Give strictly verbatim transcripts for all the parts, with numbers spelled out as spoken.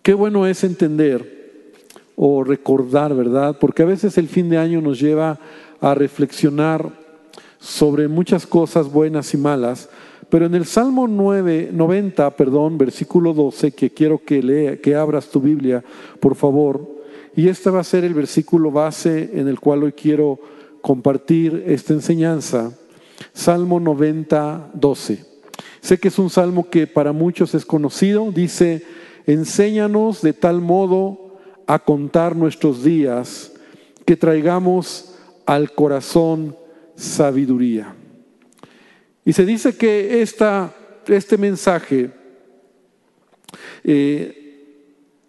Qué bueno es entender o recordar, ¿verdad? Porque a veces el fin de año nos lleva a reflexionar sobre muchas cosas buenas y malas, pero en el Salmo nueve, noventa, perdón, versículo doce, que quiero que, lea, que abras tu Biblia, por favor, y este va a ser el versículo base en el cual hoy quiero compartir esta enseñanza. Salmo noventa, doce. Sé que es un salmo que para muchos es conocido. Dice: enséñanos de tal modo a contar nuestros días, que traigamos al corazón sabiduría. Y se dice que esta, este mensaje, eh,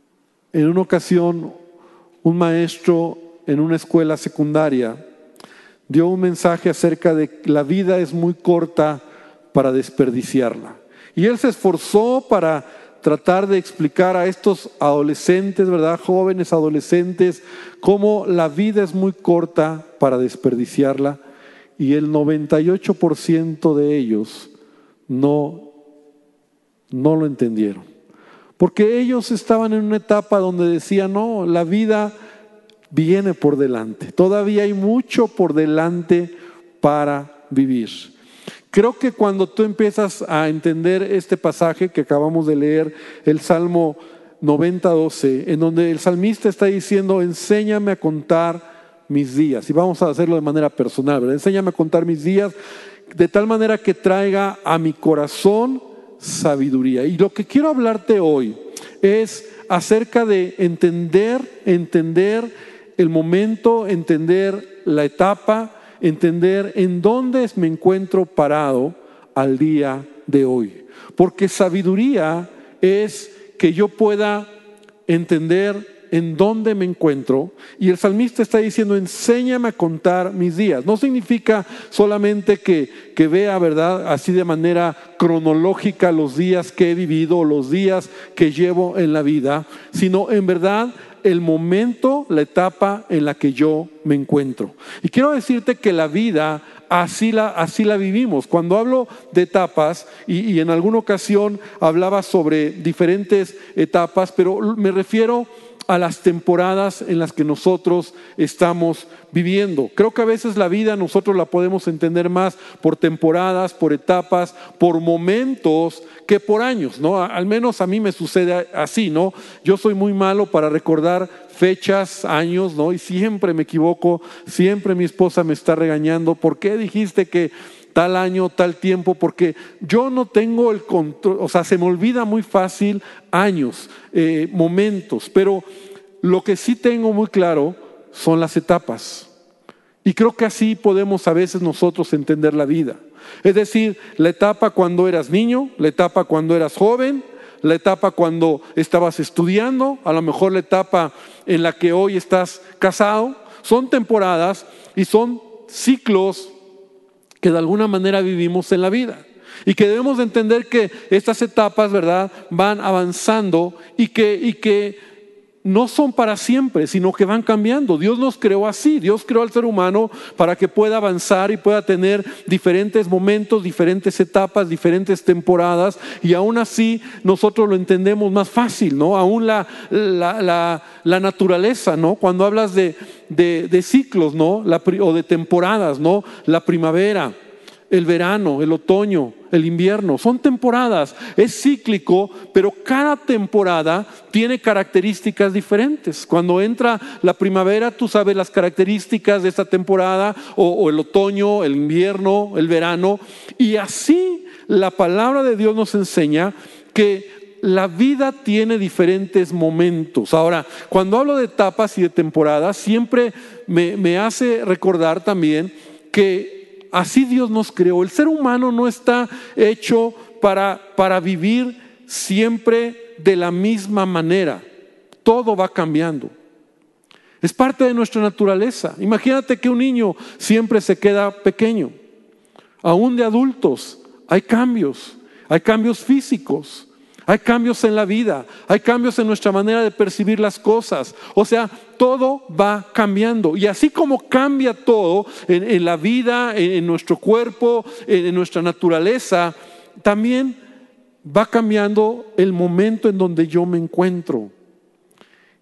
en una ocasión, un maestro en una escuela secundaria dio un mensaje acerca de que la vida es muy corta para desperdiciarla. Y él se esforzó para tratar de explicar a estos adolescentes, ¿verdad? Jóvenes adolescentes, cómo la vida es muy corta para desperdiciarla. Y el noventa y ocho por ciento de ellos no, no lo entendieron. Porque ellos estaban en una etapa donde decían: no, la vida viene por delante. Todavía hay mucho por delante para vivir. Creo que cuando tú empiezas a entender este pasaje que acabamos de leer, el Salmo noventa, doce, en donde el salmista está diciendo: enséñame a contar mis días. Y vamos a hacerlo de manera personal, ¿verdad? Enséñame a contar mis días de tal manera que traiga a mi corazón sabiduría. Y lo que quiero hablarte hoy es acerca de entender, entender el momento, entender la etapa, entender en dónde me encuentro parado al día de hoy. Porque sabiduría es que yo pueda entender en dónde me encuentro, y el salmista está diciendo: enséñame a contar mis días. No significa solamente que, que vea, ¿verdad?, así de manera cronológica los días que he vivido, los días que llevo en la vida, sino en verdad el momento, la etapa en la que yo me encuentro. Y quiero decirte que la vida así la, así la vivimos. Cuando hablo de etapas, y, y en alguna ocasión hablaba sobre diferentes etapas, pero me refiero a las temporadas en las que nosotros estamos viviendo. Creo que a veces la vida nosotros la podemos entender más por temporadas, por etapas, por momentos, que por años, ¿no? Al menos a mí me sucede así, ¿no? Yo soy muy malo para recordar fechas, años, ¿no? Y siempre me equivoco, siempre mi esposa me está regañando: ¿por qué dijiste que tal año, tal tiempo? Porque yo no tengo el control, o sea, se me olvida muy fácil años, eh, momentos, pero lo que sí tengo muy claro son las etapas. Y creo que así podemos a veces nosotros entender la vida. Es decir, la etapa cuando eras niño, la etapa cuando eras joven, la etapa cuando estabas estudiando, a lo mejor la etapa en la que hoy estás casado. Son temporadas y son ciclos que de alguna manera vivimos en la vida, y que debemos de entender que estas etapas, ¿verdad?, van avanzando y que, y que no son para siempre, sino que van cambiando. Dios nos creó así. Dios creó al ser humano para que pueda avanzar y pueda tener diferentes momentos, diferentes etapas, diferentes temporadas, y aún así nosotros lo entendemos más fácil, ¿no? Aún la, la, la, la naturaleza, ¿no? Cuando hablas de, de, de ciclos, ¿no? La, o de temporadas, ¿no? La primavera, el verano, el otoño, el invierno, son temporadas, es cíclico, pero cada temporada tiene características diferentes. Cuando entra la primavera, tú sabes las características de esta temporada, o, o el otoño, el invierno, el verano, y así la palabra de Dios nos enseña que la vida tiene diferentes momentos. Ahora, cuando hablo de etapas y de temporadas, siempre me, me hace recordar también que así Dios nos creó. El ser humano no está hecho para, para vivir siempre de la misma manera. Todo va cambiando. Es parte de nuestra naturaleza. Imagínate que un niño siempre se queda pequeño. Aún de adultos hay cambios. Hay cambios físicos. Hay cambios en la vida, hay cambios en nuestra manera de percibir las cosas. O sea, todo va cambiando. Y así como cambia todo en, en la vida, en, en nuestro cuerpo, en, en nuestra naturaleza, también va cambiando el momento en donde yo me encuentro.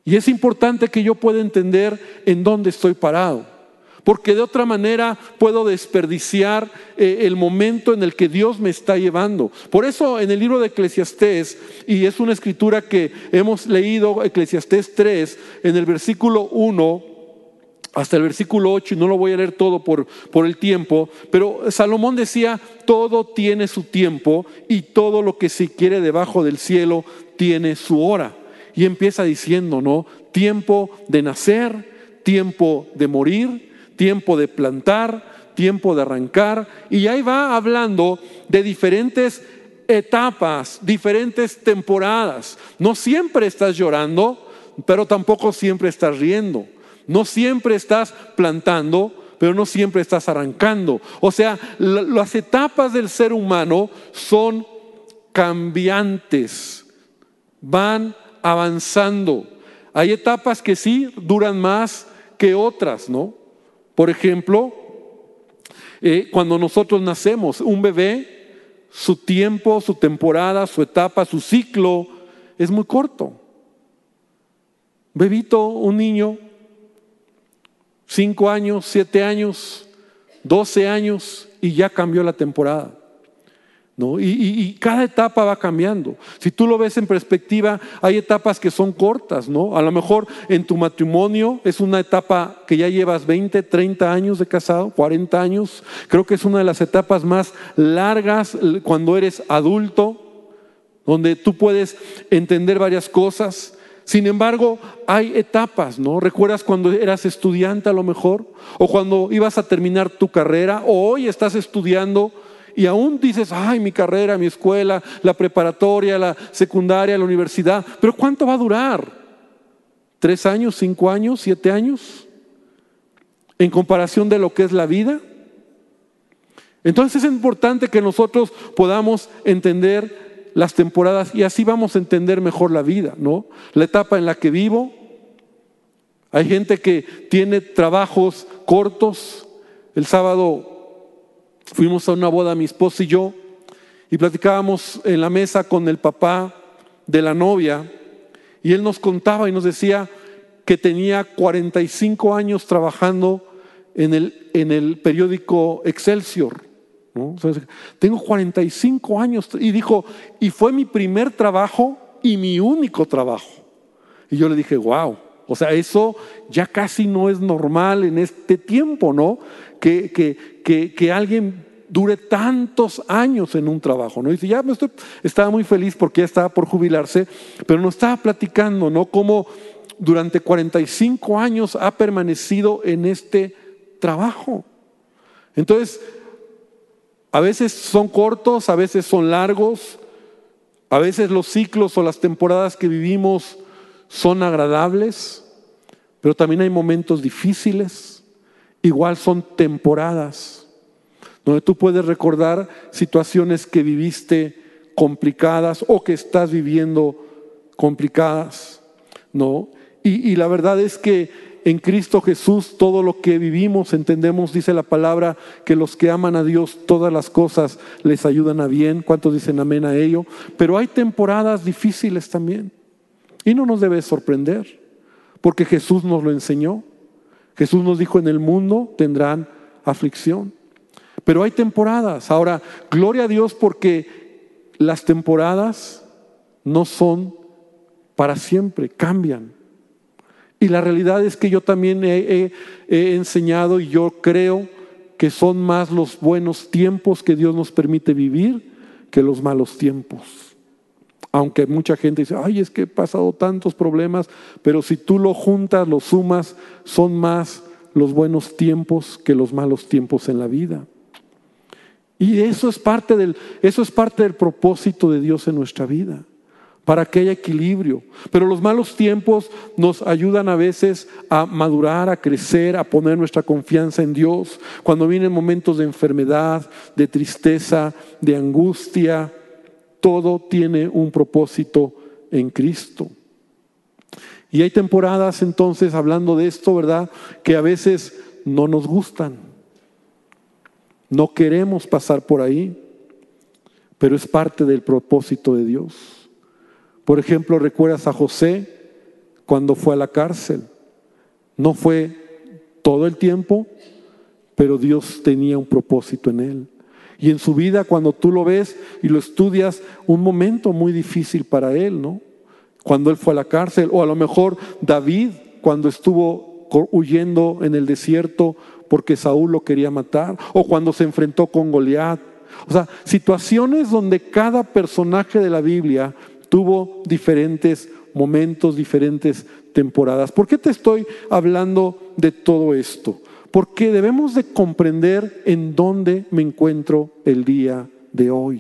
Y es importante que yo pueda entender en dónde estoy parado, porque de otra manera puedo desperdiciar eh, el momento en el que Dios me está llevando. Por eso en el libro de Eclesiastés, y es una escritura que hemos leído, Eclesiastés tres, en el versículo uno hasta el versículo ocho, y no lo voy a leer todo por, por el tiempo, pero Salomón decía: todo tiene su tiempo y todo lo que se quiere debajo del cielo tiene su hora. Y empieza diciendo, ¿no? Tiempo de nacer, tiempo de morir, tiempo de plantar, tiempo de arrancar. Y ahí va hablando de diferentes etapas, diferentes temporadas. No siempre estás llorando, pero tampoco siempre estás riendo. No siempre estás plantando, pero no siempre estás arrancando. O sea, las etapas del ser humano son cambiantes, van avanzando. Hay etapas que sí duran más que otras, ¿no? Por ejemplo, eh, cuando nosotros nacemos, un bebé, su tiempo, su temporada, su etapa, su ciclo es muy corto. Bebito, un niño, cinco años, siete años, doce años, y ya cambió la temporada, ¿no? Y, y, y cada etapa va cambiando. Si tú lo ves en perspectiva, hay etapas que son cortas, ¿no? A lo mejor en tu matrimonio es una etapa que ya llevas veinte, treinta años de casado, cuarenta años. Creo que es una de las etapas más largas cuando eres adulto, donde tú puedes entender varias cosas. Sin embargo, hay etapas, ¿no? ¿Recuerdas cuando eras estudiante a lo mejor? O cuando ibas a terminar tu carrera, o hoy estás estudiando y aún dices: ay, mi carrera, mi escuela, la preparatoria, la secundaria, la universidad. ¿Pero cuánto va a durar? ¿Tres años, cinco años, siete años? En comparación de lo que es la vida. Entonces es importante que nosotros podamos entender las temporadas, y así vamos a entender mejor la vida, ¿no? La etapa en la que vivo. Hay gente que tiene trabajos cortos. El sábado fuimos a una boda, mi esposa y yo, y platicábamos en la mesa con el papá de la novia, y él nos contaba y nos decía que tenía cuarenta y cinco años trabajando en el, en el periódico Excelsior, ¿no? O sea, tengo cuarenta y cinco años, y dijo, y fue mi primer trabajo y mi único trabajo. Y yo le dije, wow, o sea, eso ya casi no es normal en este tiempo, ¿no? Que, que, que, que alguien dure tantos años en un trabajo, ¿no? Y dice, ya me estoy, estaba muy feliz porque ya estaba por jubilarse, pero nos estaba platicando, ¿no? Cómo durante cuarenta y cinco años ha permanecido en este trabajo. Entonces, a veces son cortos, a veces son largos, a veces los ciclos o las temporadas que vivimos son agradables, pero también hay momentos difíciles. Igual son temporadas donde tú puedes recordar situaciones que viviste complicadas o que estás viviendo complicadas, ¿no? Y, y la verdad es que en Cristo Jesús todo lo que vivimos, entendemos, dice la palabra, que los que aman a Dios, todas las cosas les ayudan a bien. ¿Cuántos dicen amén a ello? Pero hay temporadas difíciles también. Y no nos debe sorprender, porque Jesús nos lo enseñó. Jesús nos dijo, en el mundo tendrán aflicción. Pero hay temporadas. Ahora, gloria a Dios, porque las temporadas no son para siempre, cambian. Y la realidad es que yo también he, he, he enseñado, y yo creo que son más los buenos tiempos que Dios nos permite vivir que los malos tiempos. Aunque mucha gente dice, ay, es que he pasado tantos problemas, pero si tú lo juntas, lo sumas, son más los buenos tiempos que los malos tiempos en la vida. Y eso es parte del, eso es parte del propósito de Dios en nuestra vida, para que haya equilibrio. Pero los malos tiempos nos ayudan a veces a madurar, a crecer, a poner nuestra confianza en Dios. Cuando vienen momentos de enfermedad, de tristeza, de angustia, todo tiene un propósito en Cristo. Y hay temporadas entonces, hablando de esto, ¿verdad?, que a veces no nos gustan. No queremos pasar por ahí, pero es parte del propósito de Dios. Por ejemplo, ¿recuerdas a José cuando fue a la cárcel. No fue todo el tiempo, pero Dios tenía un propósito en él. Y en su vida, cuando tú lo ves y lo estudias, un momento muy difícil para él, ¿no? Cuando él fue a la cárcel, o a lo mejor David, cuando estuvo huyendo en el desierto porque Saúl lo quería matar, o cuando se enfrentó con Goliat. O sea, situaciones donde cada personaje de la Biblia tuvo diferentes momentos, diferentes temporadas. ¿Por qué te estoy hablando de todo esto? Porque debemos de comprender en dónde me encuentro el día de hoy.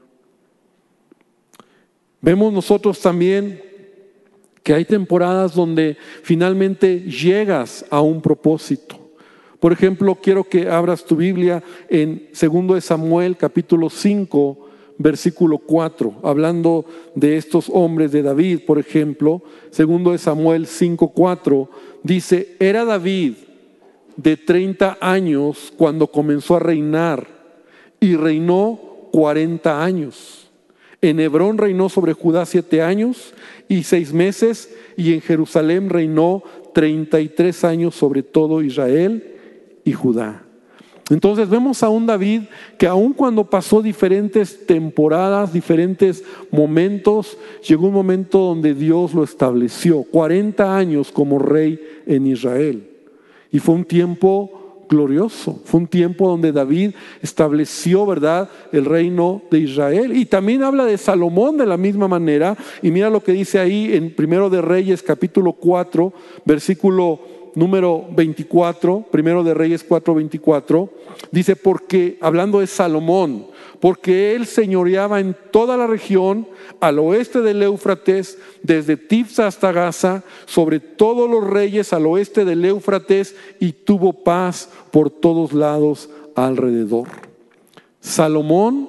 Vemos nosotros también que hay temporadas donde finalmente llegas a un propósito. Por ejemplo, quiero que abras tu Biblia en segundo de Samuel, capítulo cinco, versículo cuatro, hablando de estos hombres de David, por ejemplo. Segundo de Samuel cinco, cuatro, dice: era David de treinta años cuando comenzó a reinar, y reinó cuarenta años. En Hebrón reinó sobre Judá siete años y seis meses, y en Jerusalén reinó treinta y tres años sobre todo Israel y Judá. Entonces vemos a un David que aun cuando pasó diferentes temporadas, diferentes momentos, llegó un momento donde Dios lo estableció, cuarenta años como rey en Israel. Y fue un tiempo glorioso, fue un tiempo donde David estableció, ¿verdad?, el reino de Israel. Y también habla de Salomón de la misma manera. Y mira lo que dice ahí en Primero de Reyes, capítulo cuatro, versículo número veinticuatro, Primero de Reyes cuatro, veinticuatro, dice: porque, hablando de Salomón, porque él señoreaba en toda la región al oeste del Éufrates, desde Tifsa hasta Gaza, sobre todos los reyes al oeste del Éufrates, y tuvo paz por todos lados alrededor. Salomón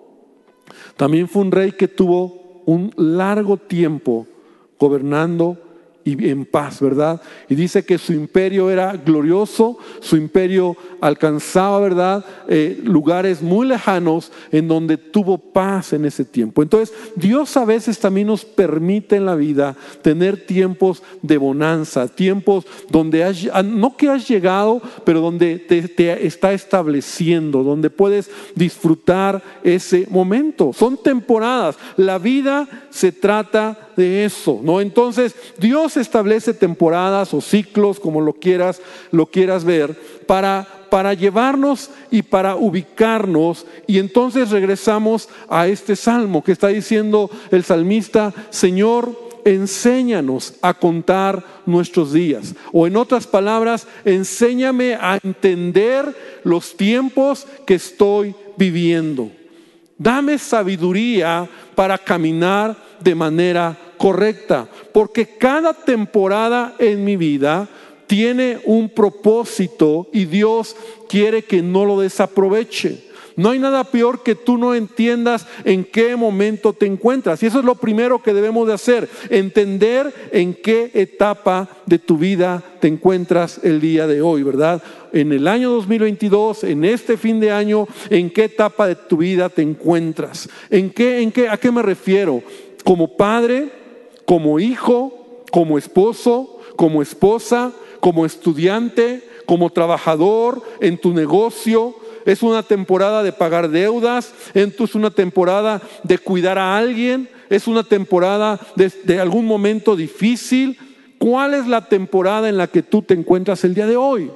también fue un rey que tuvo un largo tiempo gobernando y en paz, ¿verdad? Y dice que su imperio era glorioso, su imperio alcanzaba, ¿verdad?, eh, lugares muy lejanos en donde tuvo paz en ese tiempo. Entonces, Dios a veces también nos permite en la vida tener tiempos de bonanza, tiempos donde has, no que has llegado, pero donde te, te está estableciendo, donde puedes disfrutar ese momento. Son temporadas. La vida se trata de eso, ¿no? Entonces, Dios establece temporadas o ciclos, como lo quieras, lo quieras ver, para, para llevarnos y para ubicarnos. Y entonces regresamos a este salmo que está diciendo el salmista: Señor, enséñanos a contar nuestros días. O en otras palabras, enséñame a entender los tiempos que estoy viviendo. Dame sabiduría para caminar de manera correcta, porque cada temporada en mi vida tiene un propósito y Dios quiere que no lo desaproveche. No hay nada peor que tú no entiendas en qué momento te encuentras. Y eso es lo primero que debemos de hacer: entender en qué etapa de tu vida te encuentras el día de hoy, ¿verdad? En el año dos mil veintidós, en este fin de año, ¿en qué etapa de tu vida te encuentras? ¿En qué, en qué, a qué me refiero? Como padre, como hijo, como esposo, como esposa, como estudiante, como trabajador, en tu negocio. Es una temporada de pagar deudas, es una temporada de cuidar a alguien, es una temporada de, de algún momento difícil. ¿Cuál es la temporada en la que tú te encuentras el día de hoy?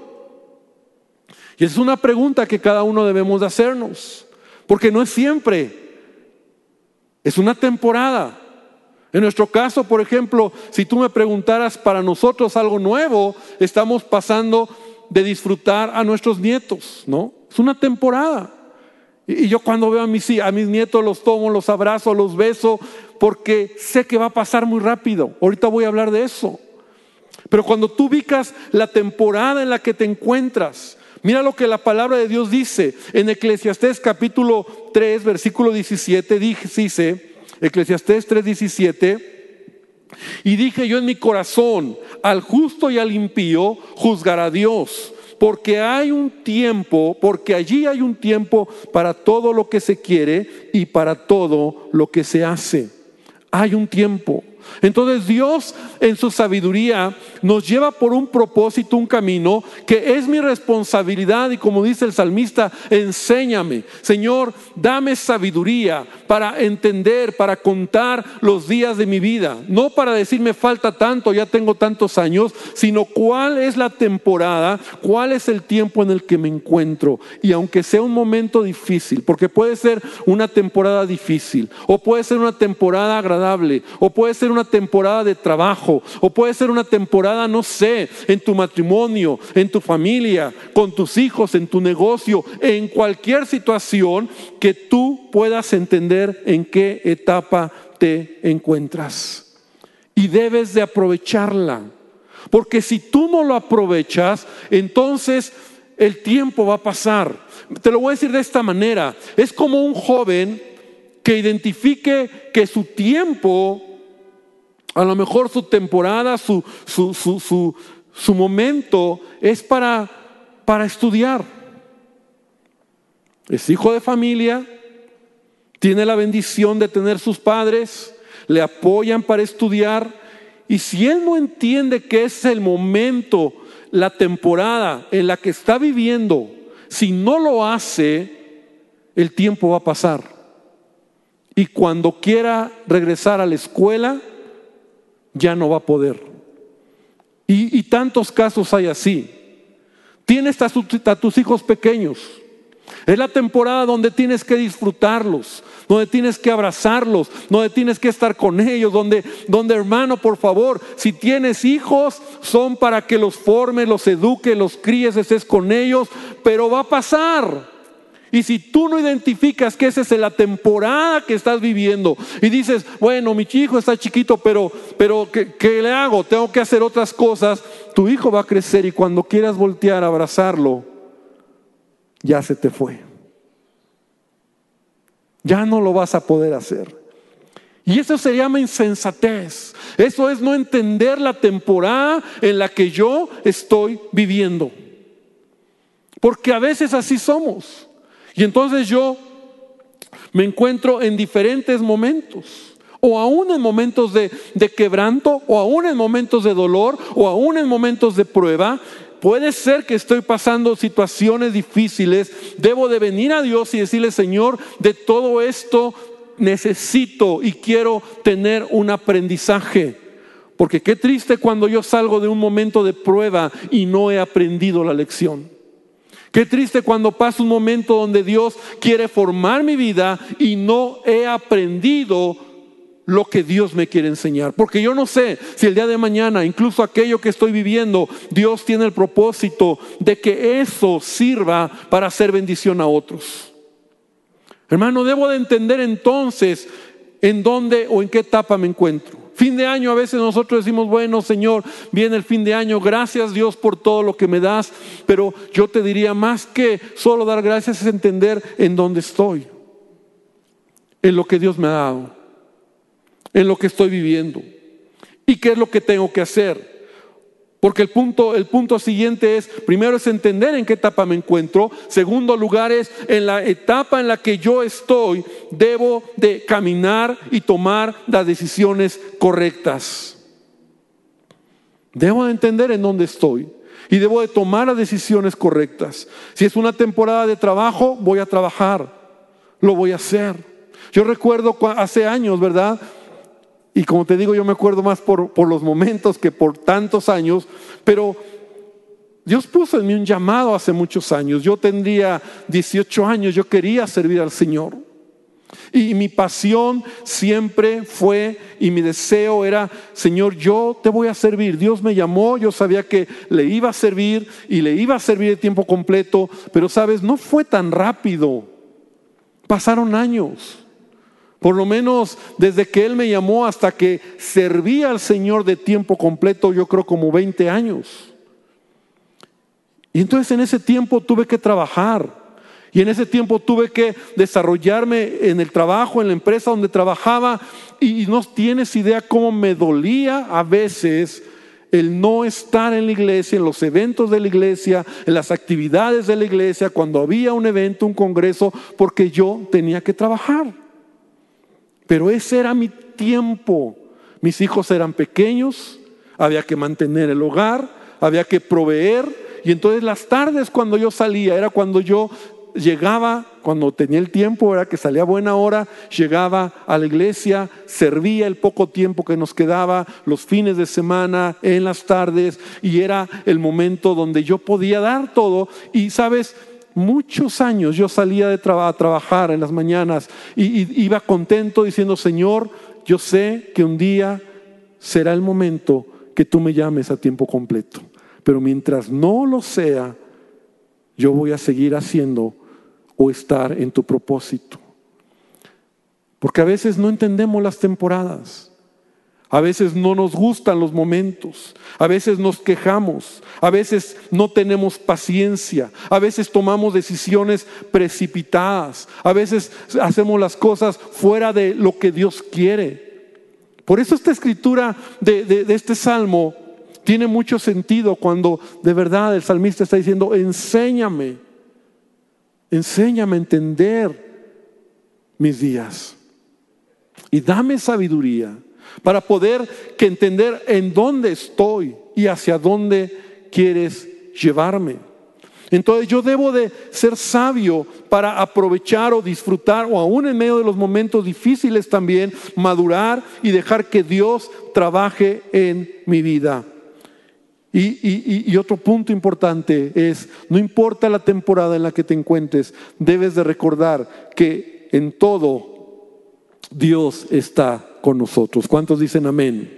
Y es una pregunta que cada uno debemos de hacernos, porque no es siempre, es una temporada. En nuestro caso, por ejemplo, si tú me preguntaras para nosotros algo nuevo, estamos pasando de disfrutar a nuestros nietos, ¿no? Es una temporada. Y yo cuando veo a mis, a mis nietos los tomo, los abrazo, los beso, porque sé que va a pasar muy rápido. Ahorita voy a hablar de eso. Pero cuando tú ubicas la temporada en la que te encuentras, mira lo que la palabra de Dios dice. En Eclesiastés capítulo tres, versículo diecisiete, dice, Eclesiastés tres, diecisiete: y dije yo en mi corazón, al justo y al impío juzgará Dios, porque hay un tiempo, porque allí hay un tiempo para todo lo que se quiere y para todo lo que se hace. Hay un tiempo. Entonces Dios en su sabiduría nos lleva por un propósito, un camino que es mi responsabilidad, y como dice el salmista, enséñame, Señor, dame sabiduría para entender, para contar los días de mi vida, no para decir me falta tanto, ya tengo tantos años, sino cuál es la temporada, cuál es el tiempo en el que me encuentro. Y aunque sea un momento difícil, porque puede ser una temporada difícil, o puede ser una temporada agradable, o puede ser una temporada de trabajo, o puede ser una temporada, no sé, en tu matrimonio, en tu familia, con tus hijos, en tu negocio, en cualquier situación que tú puedas entender en qué etapa te encuentras. Y debes de aprovecharla, porque si tú no lo aprovechas, entonces el tiempo va a pasar. Te lo voy a decir de esta manera: es como un joven que identifique que su tiempo, a lo mejor su temporada, su, su, su, su, su momento es para, para estudiar. Es hijo de familia, tiene la bendición de tener sus padres, le apoyan para estudiar, y si él no entiende que es el momento, la temporada en la que está viviendo, si no lo hace, el tiempo va a pasar. Y cuando quiera regresar a la escuela, ya no va a poder. Y, y tantos casos hay así. Tienes a, su, a tus hijos pequeños. Es la temporada donde tienes que disfrutarlos, donde tienes que abrazarlos, donde tienes que estar con ellos, donde, donde hermano, por favor, si tienes hijos, son para que los formes, los eduques, los críes, estés con ellos, pero va a pasar. Y si tú no identificas que esa es la temporada que estás viviendo y dices, bueno, mi hijo está chiquito, pero, pero ¿qué, qué le hago? Tengo que hacer otras cosas. Tu hijo va a crecer y cuando quieras voltear a abrazarlo, ya se te fue. Ya no lo vas a poder hacer. Y eso se llama insensatez. Eso es no entender la temporada en la que yo estoy viviendo. Porque a veces así somos. Y entonces yo me encuentro en diferentes momentos, o aún en momentos de, de quebranto, o aún en momentos de dolor, o aún en momentos de prueba. Puede ser que estoy pasando situaciones difíciles. Debo de venir a Dios y decirle, Señor, de todo esto necesito y quiero tener un aprendizaje. Porque qué triste cuando yo salgo de un momento de prueba y no he aprendido la lección. Qué triste cuando paso un momento donde Dios quiere formar mi vida y no he aprendido lo que Dios me quiere enseñar. Porque yo no sé si el día de mañana, incluso aquello que estoy viviendo, Dios tiene el propósito de que eso sirva para hacer bendición a otros. Hermano, debo de entender entonces en dónde o en qué etapa me encuentro. Fin de año, a veces nosotros decimos, bueno, Señor, viene el fin de año, gracias Dios por todo lo que me das, pero yo te diría, más que solo dar gracias es entender en dónde estoy, en lo que Dios me ha dado, en lo que estoy viviendo y qué es lo que tengo que hacer. Porque el punto, el punto siguiente es, primero es entender en qué etapa me encuentro. Segundo lugar es, en la etapa en la que yo estoy, debo de caminar y tomar las decisiones correctas. Debo de entender en dónde estoy y debo de tomar las decisiones correctas. Si es una temporada de trabajo, voy a trabajar, lo voy a hacer. Yo recuerdo hace años, ¿verdad? Y como te digo, yo me acuerdo más por, por los momentos que por tantos años, pero Dios puso en mí un llamado hace muchos años. Yo tendría dieciocho años, yo quería servir al Señor. Y mi pasión siempre fue, y mi deseo era, Señor, yo te voy a servir. Dios me llamó, yo sabía que le iba a servir y le iba a servir de tiempo completo, pero sabes, no fue tan rápido. Pasaron años. Por lo menos desde que Él me llamó hasta que servía al Señor de tiempo completo, yo creo como veinte años. Y entonces en ese tiempo tuve que trabajar. Y en ese tiempo tuve que desarrollarme en el trabajo, en la empresa donde trabajaba. Y no tienes idea cómo me dolía a veces el no estar en la iglesia, en los eventos de la iglesia, en las actividades de la iglesia, cuando había un evento, un congreso, porque yo tenía que trabajar. Pero ese era mi tiempo, Mis hijos eran pequeños, había que mantener el hogar, había que proveer. Y entonces las tardes cuando yo salía, era cuando yo llegaba, cuando tenía el tiempo, era que salía a buena hora, llegaba a la iglesia, servía el poco tiempo que nos quedaba, los fines de semana, en las tardes, y era el momento donde yo podía dar todo. Y sabes, muchos años yo salía de tra- a trabajar en las mañanas y, y iba contento diciendo: Señor, yo sé que un día será el momento que tú me llames a tiempo completo, pero mientras no lo sea, yo voy a seguir haciendo o estar en tu propósito. Porque a veces no entendemos las temporadas, a veces no nos gustan los momentos, a veces nos quejamos, a veces no tenemos paciencia, a veces tomamos decisiones precipitadas, a veces hacemos las cosas fuera de lo que Dios quiere. Por eso esta escritura de, de, de este salmo tiene mucho sentido cuando de verdad el salmista está diciendo: enséñame, enséñame a entender mis días y dame sabiduría para poder que entender en dónde estoy y hacia dónde quieres llevarme. Entonces yo debo de ser sabio para aprovechar o disfrutar, o aún en medio de los momentos difíciles también, madurar y dejar que Dios trabaje en mi vida. Y, y, y otro punto importante es: no importa la temporada en la que te encuentres, debes de recordar que en todo Dios está con nosotros. ¿Cuántos dicen amén?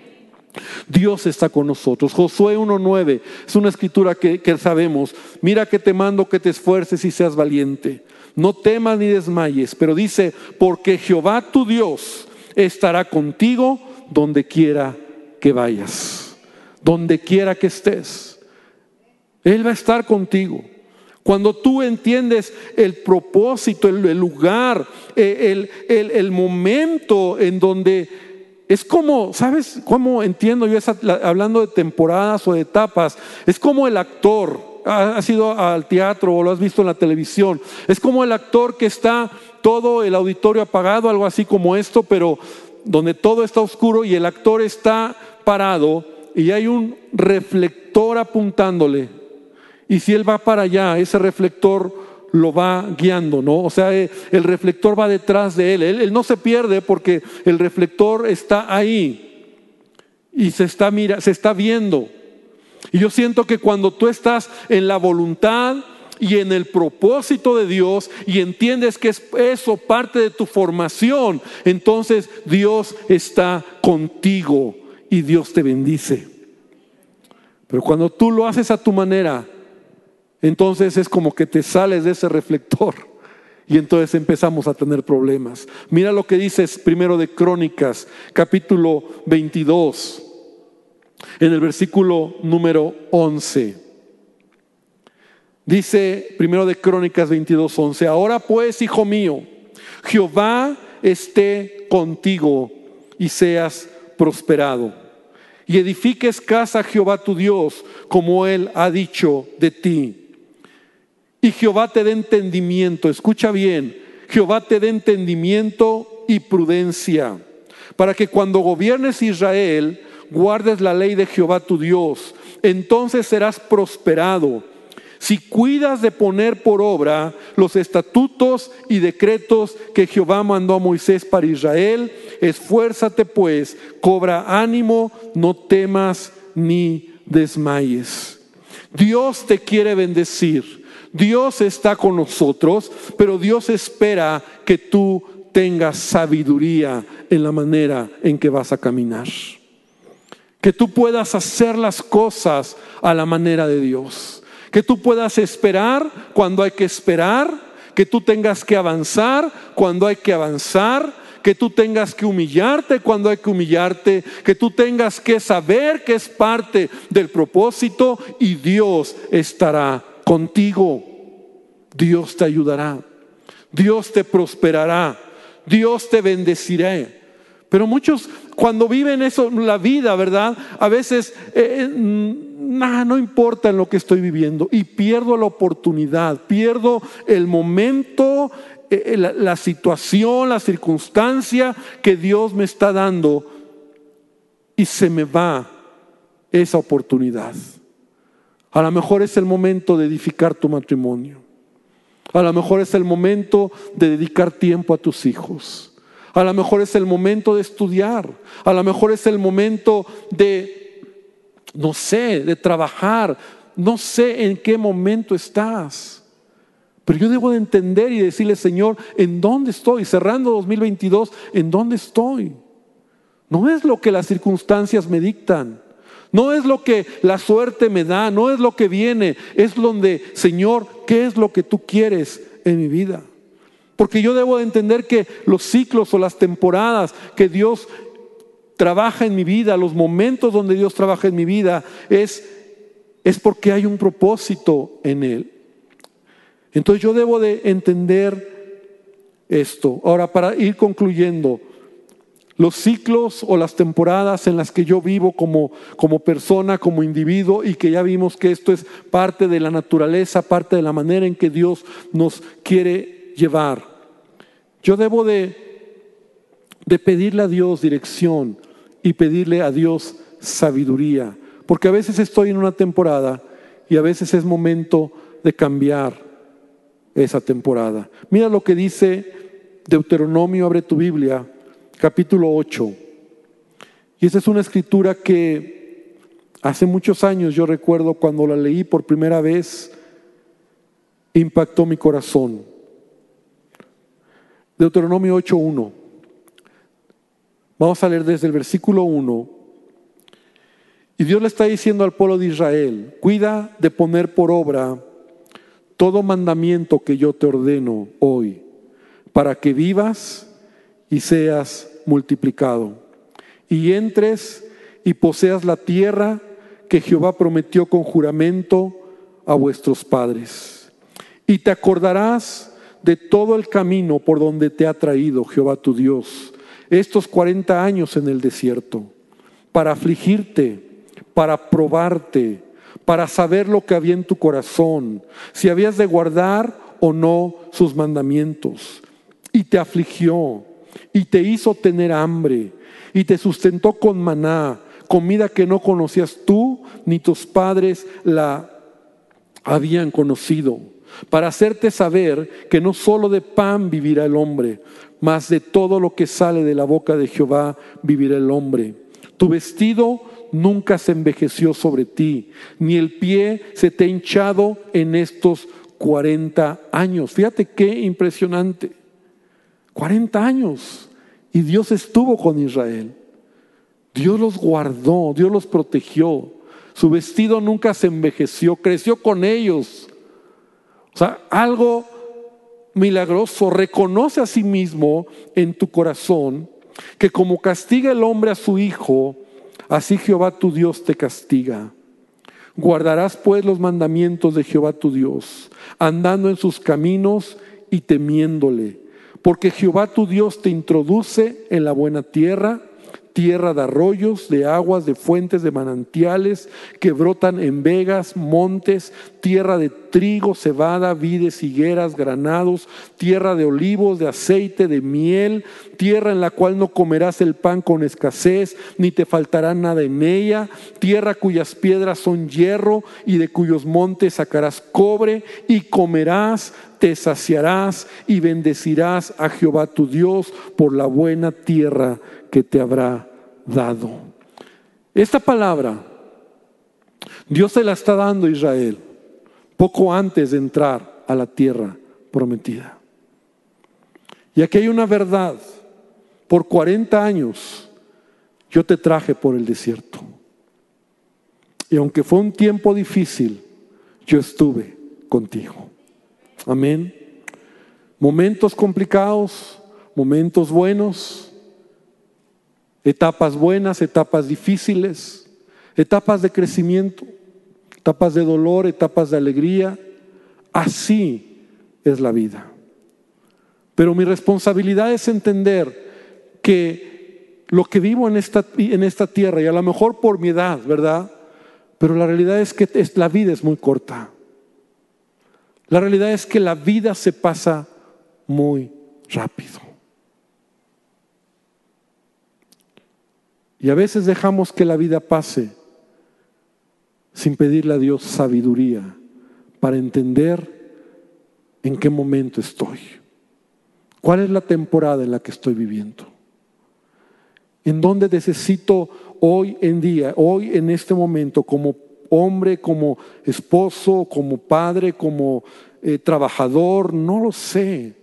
Dios está con nosotros. Josué uno nueve es una escritura que, que sabemos. Mira que te mando que te esfuerces y seas valiente. No temas ni desmayes, pero dice: porque Jehová tu Dios estará contigo donde quiera que vayas, donde quiera que estés. Él va a estar contigo. Cuando tú entiendes el propósito, el, el lugar, el, el, el momento en donde es como, ¿sabes cómo entiendo yo esa, la, hablando de temporadas o de etapas? Es como el actor, has ido al teatro o lo has visto en la televisión, es como el actor que está todo el auditorio apagado, algo así como esto, pero donde todo está oscuro y el actor está parado y hay un reflector apuntándole, y si él va para allá, ese reflector lo va guiando, ¿no? O sea, el reflector va detrás de él. él. Él no se pierde porque el reflector está ahí y se está, mira, se está viendo. Y yo siento que cuando tú estás en la voluntad y en el propósito de Dios y entiendes que es eso parte de tu formación, entonces Dios está contigo y Dios te bendice. Pero cuando tú lo haces a tu manera, entonces es como que te sales de ese reflector y entonces empezamos a tener problemas. Mira lo que dice primero de Crónicas, capítulo veintidós, en el versículo número once. Dice primero de Crónicas veintidós, once: ahora pues, hijo mío, Jehová esté contigo y seas prosperado, y edifiques casa a Jehová tu Dios, como Él ha dicho de ti. Y Jehová te dé entendimiento, escucha bien, Jehová te dé entendimiento y prudencia, para que cuando gobiernes Israel, guardes la ley de Jehová tu Dios. Entonces serás prosperado, si cuidas de poner por obra los estatutos y decretos que Jehová mandó a Moisés para Israel. Esfuérzate pues, cobra ánimo, no temas ni desmayes. Dios te quiere bendecir. Dios está con nosotros, pero Dios espera que tú tengas sabiduría en la manera en que vas a caminar. Que tú puedas hacer las cosas a la manera de Dios. Que tú puedas esperar cuando hay que esperar. Que tú tengas que avanzar cuando hay que avanzar. Que tú tengas que humillarte cuando hay que humillarte. Que tú tengas que saber que es parte del propósito y Dios estará contigo. Dios te ayudará, Dios te prosperará, Dios te bendecirá. Pero muchos cuando viven eso, la vida, ¿verdad? A veces eh, nah, no importa en lo que estoy viviendo y pierdo la oportunidad, pierdo el momento, eh, la, la situación, la circunstancia que Dios me está dando y se me va esa oportunidad. A lo mejor es el momento de edificar tu matrimonio. A lo mejor es el momento de dedicar tiempo a tus hijos. A lo mejor es el momento de estudiar. A lo mejor es el momento de, no sé, de trabajar. No sé en qué momento estás. Pero yo debo de entender y decirle, Señor, ¿en dónde estoy? Cerrando dos mil veintidós, ¿en dónde estoy? No es lo que las circunstancias me dictan. No es lo que la suerte me da. No es lo que viene. Es donde, Señor, ¿qué es lo que tú quieres en mi vida? Porque yo debo de entender que los ciclos o las temporadas que Dios trabaja en mi vida, los momentos donde Dios trabaja en mi vida, es, es porque hay un propósito en Él. Entonces yo debo de entender esto. Ahora, para ir concluyendo, los ciclos o las temporadas en las que yo vivo como, como persona, como individuo, y que ya vimos que esto es parte de la naturaleza, parte de la manera en que Dios nos quiere llevar. Yo debo de, de pedirle a Dios dirección y pedirle a Dios sabiduría, porque a veces estoy en una temporada y a veces es momento de cambiar esa temporada. Mira lo que dice Deuteronomio, abre tu Biblia, capítulo ocho. Y esa es una escritura que hace muchos años, yo recuerdo cuando la leí por primera vez, impactó mi corazón. Deuteronomio ocho uno. Vamos a leer desde el versículo uno. Y Dios le está diciendo al pueblo de Israel: cuida de poner por obra todo mandamiento que yo te ordeno hoy, para que vivas y seas multiplicado, y entres y poseas la tierra que Jehová prometió con juramento a vuestros padres. Y te acordarás de todo el camino por donde te ha traído Jehová tu Dios estos cuarenta años en el desierto, para afligirte, para probarte, para saber lo que había en tu corazón, si habías de guardar o no sus mandamientos. Y te afligió, y te hizo tener hambre, y te sustentó con maná, comida que no conocías tú, ni tus padres la habían conocido, para hacerte saber que no solo de pan vivirá el hombre, mas de todo lo que sale de la boca de Jehová vivirá el hombre. Tu vestido nunca se envejeció sobre ti, ni el pie se te ha hinchado en estos cuarenta años. Fíjate qué impresionante. cuarenta años. Y Dios estuvo con Israel. Dios los guardó, Dios los protegió. Su vestido nunca se envejeció, creció con ellos. O sea, algo milagroso. Reconoce a sí mismo en tu corazón que como castiga el hombre a su hijo, así Jehová tu Dios te castiga. Guardarás pues los mandamientos de Jehová tu Dios, andando en sus caminos y temiéndole. Porque Jehová tu Dios te introduce en la buena tierra, tierra de arroyos, de aguas, de fuentes, de manantiales que brotan en vegas, montes, tierra de trigo, cebada, vides, higueras, granados, tierra de olivos, de aceite, de miel, tierra en la cual no comerás el pan con escasez, ni te faltará nada en ella, tierra cuyas piedras son hierro y de cuyos montes sacarás cobre, y comerás, te saciarás y bendecirás a Jehová tu Dios por la buena tierra que te habrá dado. Esta palabra Dios se la está dando a Israel poco antes de entrar a la tierra prometida. Y aquí hay una verdad: por cuarenta años yo te traje por el desierto, y aunque fue un tiempo difícil, yo estuve contigo. Amén. Momentos complicados, momentos buenos, etapas buenas, etapas difíciles, etapas de crecimiento, etapas de dolor, etapas de alegría. Así es la vida. Pero mi responsabilidad es entender que lo que vivo en esta, en esta tierra, y a lo mejor por mi edad, ¿verdad? Pero la realidad es que es, la vida es muy corta. La realidad es que la vida se pasa muy rápido. Y a veces dejamos que la vida pase sin pedirle a Dios sabiduría para entender en qué momento estoy. ¿Cuál es la temporada en la que estoy viviendo? ¿En dónde necesito hoy en día, hoy en este momento, como hombre, como esposo, como padre, como eh, trabajador? No lo sé.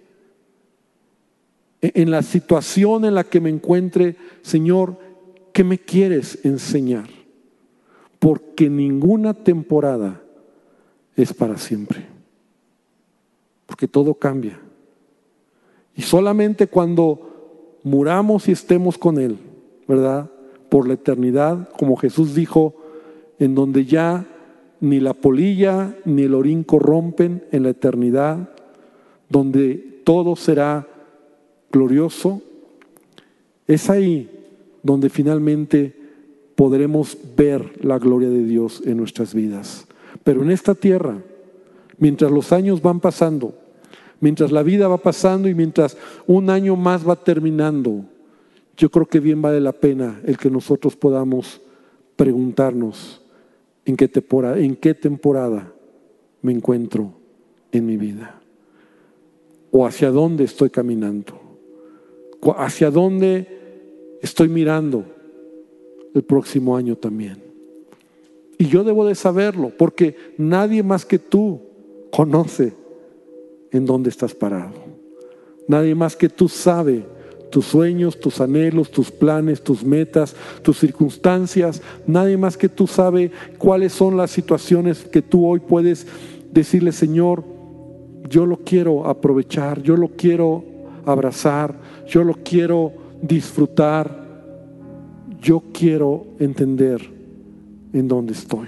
En la situación en la que me encuentre, Señor, ¿qué me quieres enseñar? Porque ninguna temporada es para siempre. Porque todo cambia. Y solamente cuando muramos y estemos con Él, ¿verdad? Por la eternidad, como Jesús dijo, en donde ya ni la polilla ni el orín corrompen, en la eternidad, donde todo será glorioso, es ahí donde finalmente podremos ver la gloria de Dios en nuestras vidas. Pero en esta tierra, mientras los años van pasando, mientras la vida va pasando y mientras un año más va terminando, yo creo que bien vale la pena el que nosotros podamos preguntarnos en qué temporada, en qué temporada me encuentro en mi vida, o hacia dónde estoy caminando, hacia dónde estoy mirando el próximo año también. Y yo debo de saberlo, porque nadie más que tú conoce en dónde estás parado. Nadie más que tú sabe tus sueños, tus anhelos, tus planes, tus metas, tus circunstancias. Nadie más que tú sabe cuáles son las situaciones que tú hoy puedes decirle: Señor, yo lo quiero aprovechar, yo lo quiero abrazar, yo lo quiero disfrutar, yo quiero entender en dónde estoy.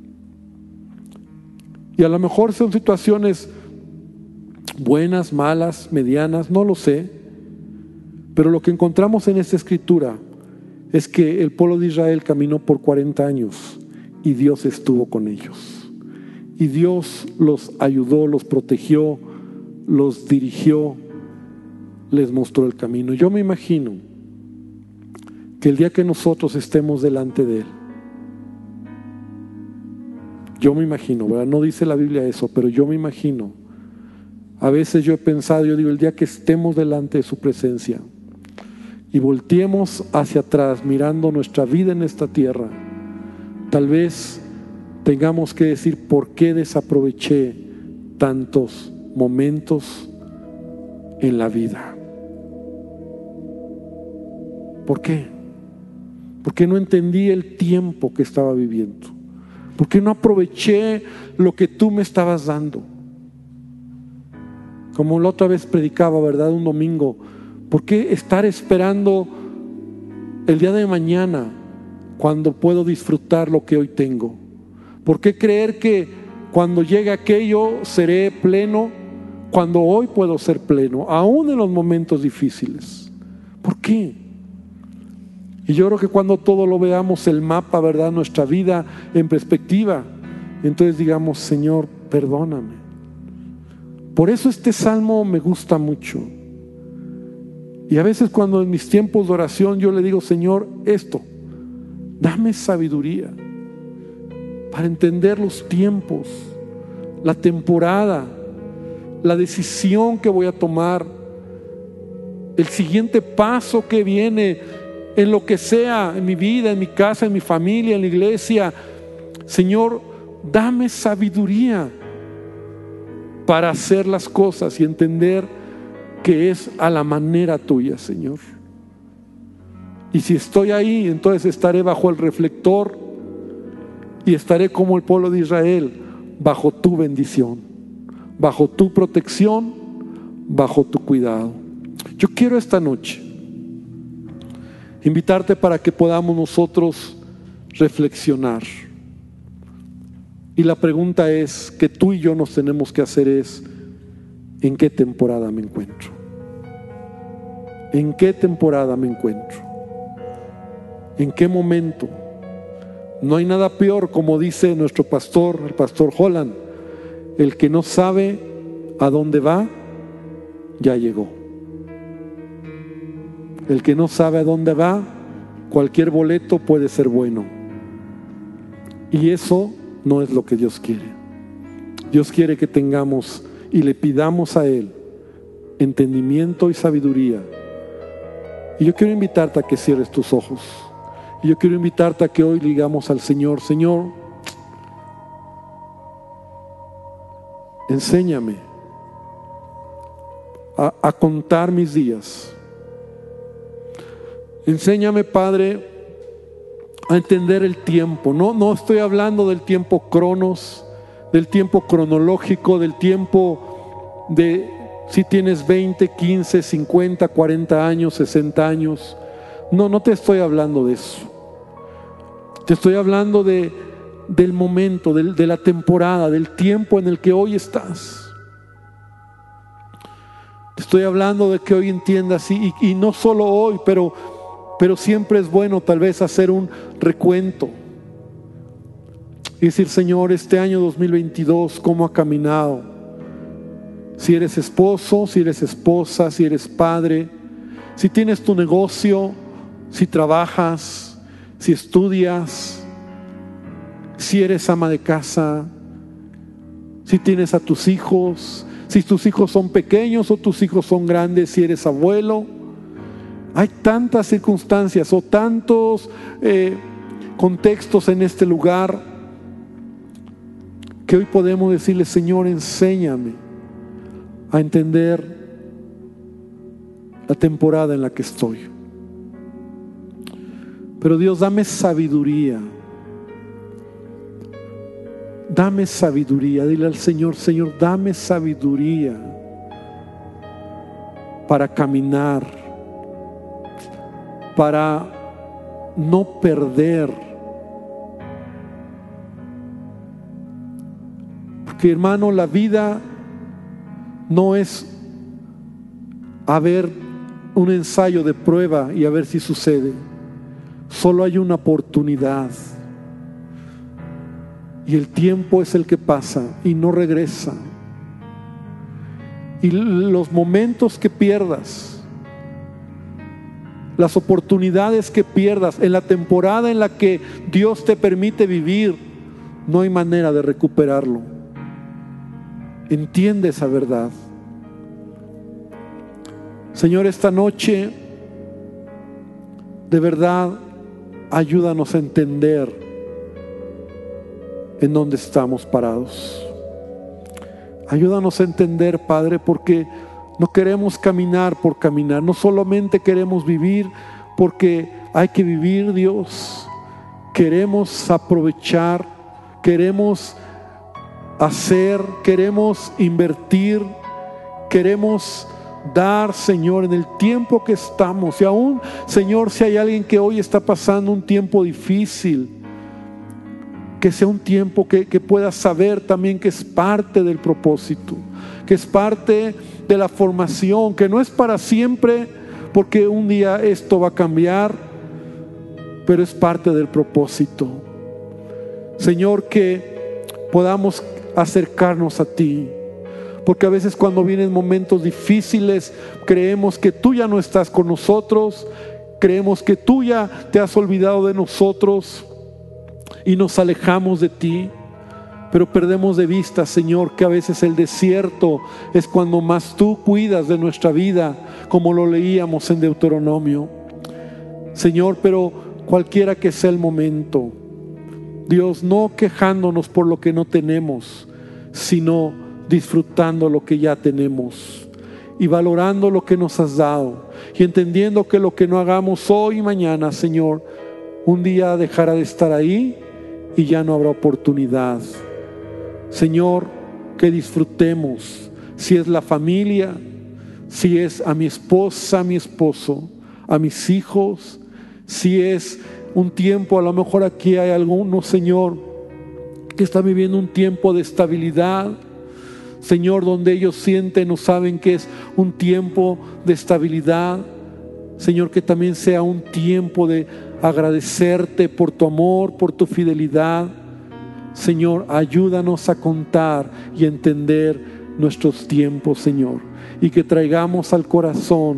Y a lo mejor son situaciones buenas, malas, medianas, no lo sé, pero lo que encontramos en esta escritura es que el pueblo de Israel caminó por cuarenta años y Dios estuvo con ellos. Y Dios los ayudó, los protegió, los dirigió, les mostró el camino. Yo me imagino que el día que nosotros estemos delante de Él, yo me imagino, ¿verdad? No dice la Biblia eso, pero yo me imagino. A veces yo he pensado, yo digo, el día que estemos delante de su presencia y volteemos hacia atrás mirando nuestra vida en esta tierra, tal vez tengamos que decir: ¿por qué desaproveché tantos momentos en la vida? ¿Por qué? ¿Por qué no entendí el tiempo que estaba viviendo? ¿Por qué no aproveché lo que tú me estabas dando? Como la otra vez predicaba, ¿verdad? Un domingo. ¿Por qué estar esperando el día de mañana cuando puedo disfrutar lo que hoy tengo? ¿Por qué creer que cuando llegue aquello seré pleno cuando hoy puedo ser pleno, aún en los momentos difíciles? ¿Por qué? Y yo creo que cuando todo lo veamos, el mapa, ¿verdad? Nuestra vida en perspectiva, entonces digamos: Señor, perdóname. Por eso este salmo me gusta mucho. Y a veces cuando en mis tiempos de oración yo le digo: Señor, esto, dame sabiduría para entender los tiempos, la temporada, la decisión que voy a tomar, el siguiente paso que viene en lo que sea, en mi vida, en mi casa, en mi familia, en la iglesia. Señor, dame sabiduría para hacer las cosas y entender que es a la manera tuya, Señor. Y si estoy ahí, entonces estaré bajo el reflector y estaré como el pueblo de Israel, bajo tu bendición, bajo tu protección, bajo tu cuidado. Yo quiero esta noche invitarte para que podamos nosotros reflexionar. Y la pregunta es que tú y yo nos tenemos que hacer es: ¿en qué temporada me encuentro? ¿En qué temporada me encuentro? ¿En qué momento? No hay nada peor, como dice nuestro pastor, el pastor Holland: el que no sabe a dónde va, ya llegó. El que no sabe a dónde va, cualquier boleto puede ser bueno. Y eso no es lo que Dios quiere. Dios quiere que tengamos y le pidamos a Él entendimiento y sabiduría. Y yo quiero invitarte a que cierres tus ojos. Y yo quiero invitarte a que hoy digamos al Señor: Señor, enséñame a, a contar mis días. Enséñame, Padre, a entender el tiempo. No, no estoy hablando del tiempo cronos, del tiempo cronológico, del tiempo de si tienes veinte, quince, cincuenta, cuarenta años, sesenta años. No, no te estoy hablando de eso. Te estoy hablando de, del momento, de, de la temporada, del tiempo en el que hoy estás. Te estoy hablando de que hoy entiendas, y, y no solo hoy, pero, pero siempre es bueno tal vez hacer un recuento y decir: Señor, este año dos mil veintidós, ¿cómo ha caminado? Si eres esposo, si eres esposa, si eres padre, si tienes tu negocio, si trabajas, si estudias, si eres ama de casa, si tienes a tus hijos, si tus hijos son pequeños o tus hijos son grandes, si eres abuelo. Hay tantas circunstancias o tantos eh, contextos en este lugar que hoy podemos decirle: Señor, enséñame a entender la temporada en la que estoy. Pero Dios, dame sabiduría. Dame sabiduría. Dile al Señor: Señor, dame sabiduría para caminar, para no perder. Porque, hermano, la vida no es a ver un ensayo de prueba y a ver si sucede. Solo hay una oportunidad. Y el tiempo es el que pasa y no regresa. Y los momentos que pierdas, las oportunidades que pierdas en la temporada en la que Dios te permite vivir, no hay manera de recuperarlo. Entiende esa verdad. Señor, esta noche, de verdad, ayúdanos a entender en dónde estamos parados. Ayúdanos a entender, Padre, porque no queremos caminar por caminar. No solamente queremos vivir porque hay que vivir, Dios. Queremos aprovechar, queremos hacer, queremos invertir, queremos dar, Señor, en el tiempo que estamos. Y aún, Señor, si hay alguien que hoy está pasando un tiempo difícil, que sea un tiempo que, que pueda saber también que es parte del propósito, que es parte de la formación, que no es para siempre, porque un día esto va a cambiar, pero es parte del propósito. Señor, que podamos acercarnos a ti, porque a veces cuando vienen momentos difíciles creemos que tú ya no estás con nosotros, creemos que tú ya te has olvidado de nosotros y nos alejamos de ti. Pero perdemos de vista, Señor, que a veces el desierto es cuando más tú cuidas de nuestra vida, como lo leíamos en Deuteronomio. Señor, pero cualquiera que sea el momento, Dios, no quejándonos por lo que no tenemos, sino disfrutando lo que ya tenemos y valorando lo que nos has dado, y entendiendo que lo que no hagamos hoy y mañana, Señor, un día dejará de estar ahí y ya no habrá oportunidad. Señor, que disfrutemos, si es la familia, si es a mi esposa, a mi esposo, a mis hijos, si es un tiempo, a lo mejor aquí hay algunos, Señor, que están viviendo un tiempo de estabilidad, Señor, donde ellos sienten o saben que es un tiempo de estabilidad. Señor, que también sea un tiempo de agradecerte por tu amor, por tu fidelidad. Señor, ayúdanos a contar y entender nuestros tiempos, Señor, y que traigamos al corazón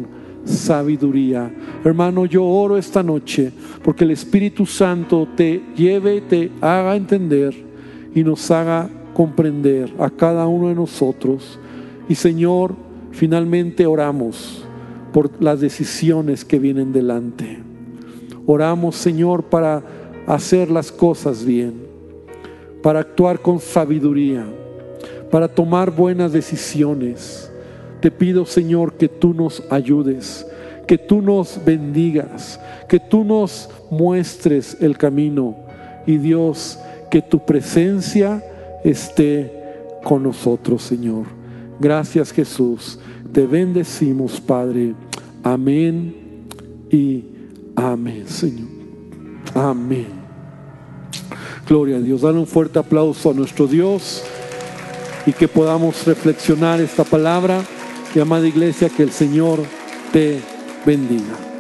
sabiduría. Hermano, yo oro esta noche porque el Espíritu Santo te lleve, te haga entender y nos haga comprender a cada uno de nosotros. Y Señor, finalmente oramos por las decisiones que vienen delante. Oramos, Señor, para hacer las cosas bien, para actuar con sabiduría, para tomar buenas decisiones. Te pido, Señor, que tú nos ayudes, que tú nos bendigas, que tú nos muestres el camino. Y Dios, que tu presencia esté con nosotros, Señor. Gracias, Jesús. Te bendecimos, Padre. Amén y amén, Señor. Amén. Gloria a Dios. Dale un fuerte aplauso a nuestro Dios y que podamos reflexionar esta palabra. Y amada iglesia, que el Señor te bendiga.